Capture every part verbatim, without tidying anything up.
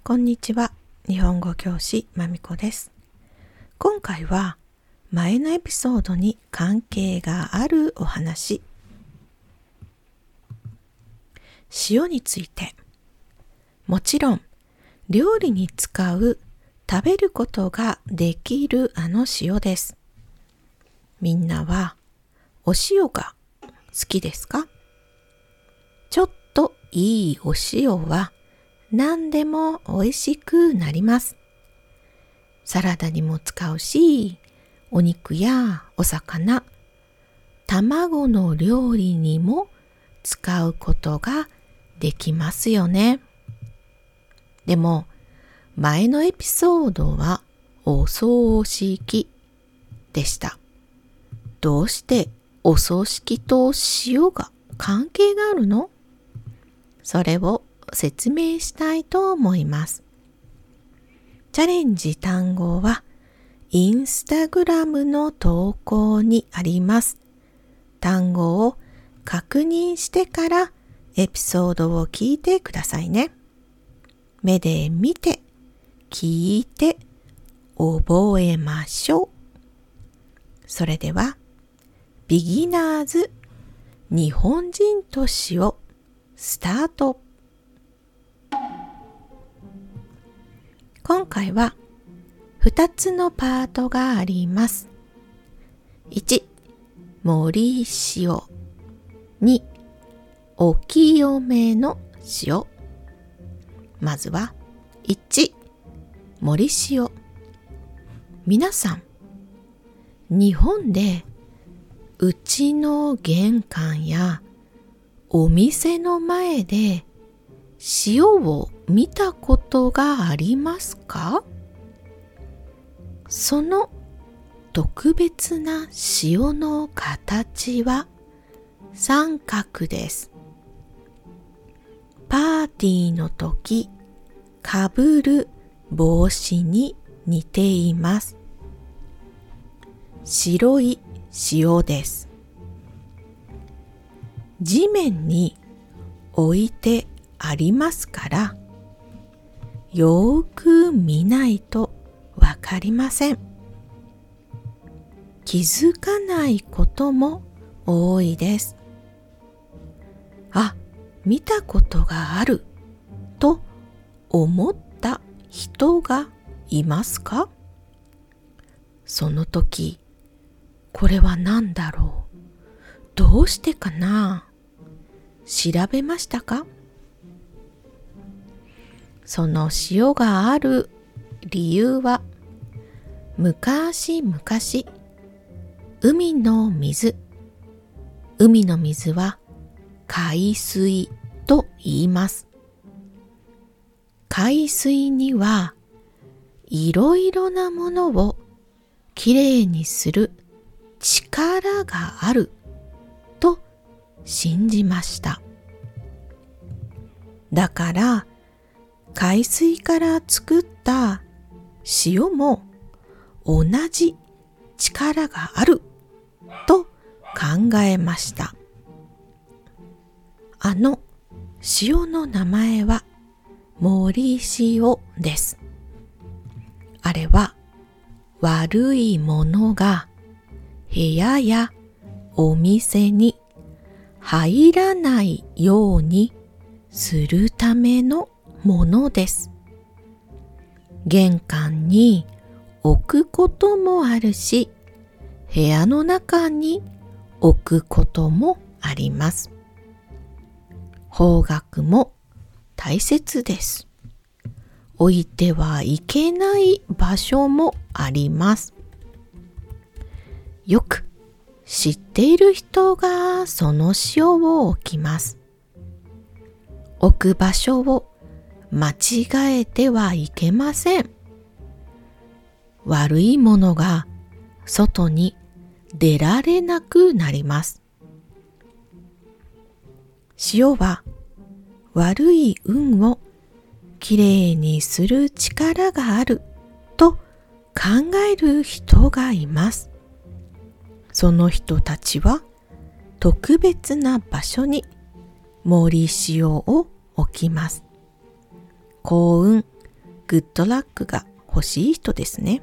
こんにちは。日本語教師まみこです。今回は前のエピソードに関係があるお話、塩について。もちろん料理に使う食べることができるあの塩です。みんなはお塩が好きですか？ちょっといいお塩は何でも美味しくなります。サラダにも使うし、お肉やお魚、卵の料理にも使うことができますよね。でも、前のエピソードはお葬式でした。どうしてお葬式と塩が関係があるの？それを説明したいと思います。チャレンジ単語はインスタグラムの投稿にあります。単語を確認してからエピソードを聞いてくださいね。目で見て、聞いて、覚えましょう。それでは、ビギナーズ日本人と塩スタート。今回はふたつのパートがあります。いち、盛り塩。に、お清めの塩。まずはいち、盛り塩。皆さん、日本でうちの玄関やお店の前で塩を見たことがありますか？その特別な塩の形は三角です。パーティーの時かぶる帽子に似ています。白い塩です。地面に置いてありますから、よーく見ないとわかりません。気づかないことも多いです。あ、見たことがあると思った人がいますか？その時、これは何だろう？どうしてかな？調べましたか？その塩がある理由は、昔々、海の水、海の水は海水と言います。海水にはいろいろなものをきれいにする力があると信じました。だから海水から作った塩も同じ力があると考えました。あの塩の名前は盛り塩です。あれは悪いものが部屋やお店に入らないようにするためのものです。玄関に置くこともあるし、部屋の中に置くこともあります。方角も大切です。置いてはいけない場所もあります。よく知っている人がその塩を置きます。置く場所を間違えてはいけません。悪いものが外に出られなくなります。塩は悪い運をきれいにする力があると考える人がいます。その人たちは特別な場所に盛り塩を置きます。幸運、 グッドラックが欲しい人ですね。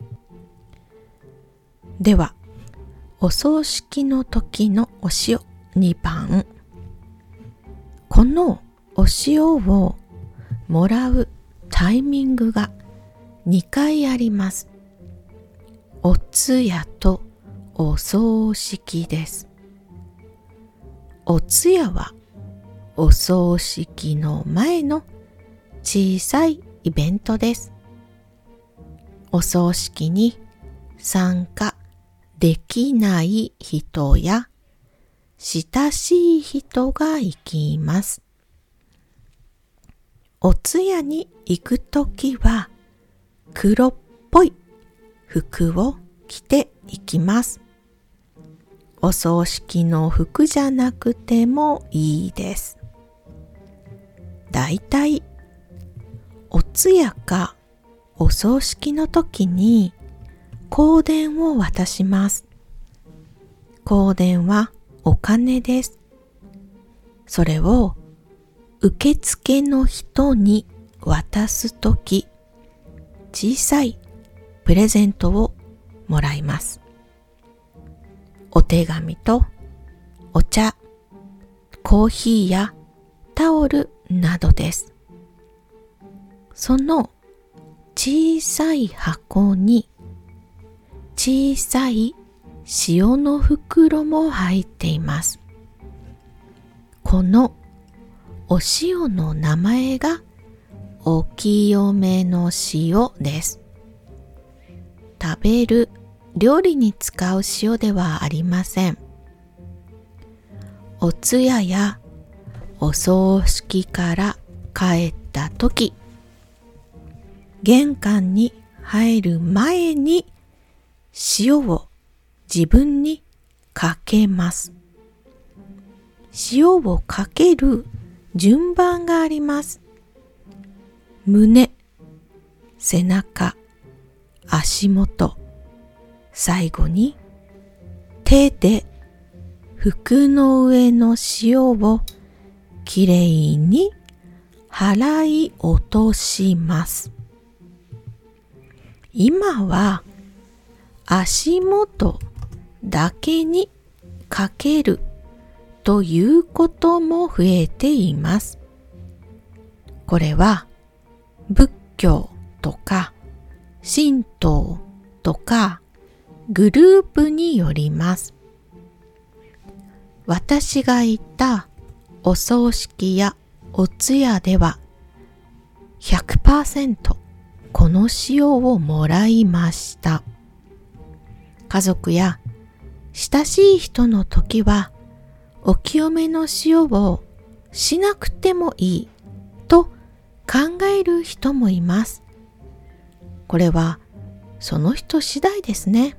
では、お葬式の時のお塩にばん。このお塩をもらうタイミングがにかいあります。お通夜とお葬式です。お通夜はお葬式の前の小さいイベントです。お葬式に参加できない人や親しい人が行きます。お通夜に行くときは黒っぽい服を着て行きます。お葬式の服じゃなくてもいいです。だいたいお通夜かお葬式の時に香典を渡します。香典はお金です。それを受付の人に渡すとき、小さいプレゼントをもらいます。お手紙とお茶、コーヒーやタオルなどです。その小さい箱に小さい塩の袋も入っています。このお塩の名前がお清めの塩です。食べる料理に使う塩ではありません。お通夜やお葬式から帰ったとき、玄関に入る前に塩を自分にかけます。塩をかける順番があります。胸、背中、足元、最後に手で服の上の塩をきれいに払い落とします。今は足元だけにかけるということも増えています。これは仏教とか神道とかグループによります。私が行ったお葬式やお通夜では ひゃくパーセント この塩をもらいました。家族や親しい人の時はお清めの塩をしなくてもいいと考える人もいます。これはその人次第ですね。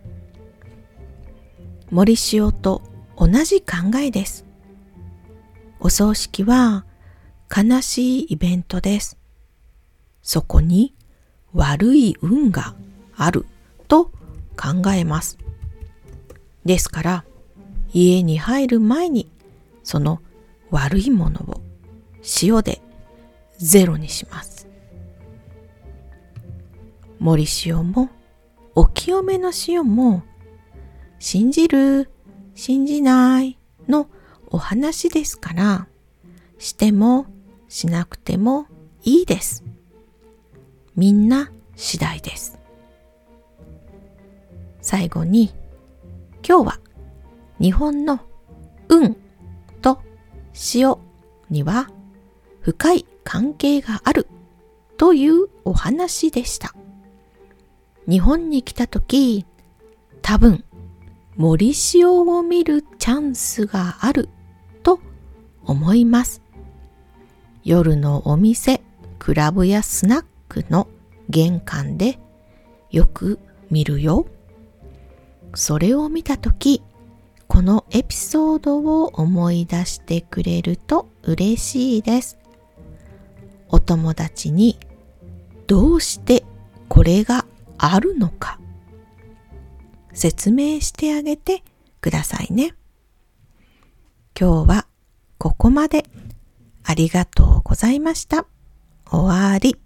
盛り塩と同じ考えです。お葬式は悲しいイベントです。そこに悪い運があると考えます。ですから家に入る前にその悪いものを塩でゼロにします。盛り塩もお清めの塩も信じる、信じないのお話ですから、してもしなくてもいいです。みんな次第です。最後に、今日は日本の運と塩には深い関係があるというお話でした。日本に来たとき、多分盛り塩を見るチャンスがあると思います。夜のお店、クラブやスナックの玄関でよく見るよ。それを見たとき、このエピソードを思い出してくれると嬉しいです。お友達にどうしてこれがあるのか説明してあげてくださいね。今日はここまで。ありがとうございました。終わり。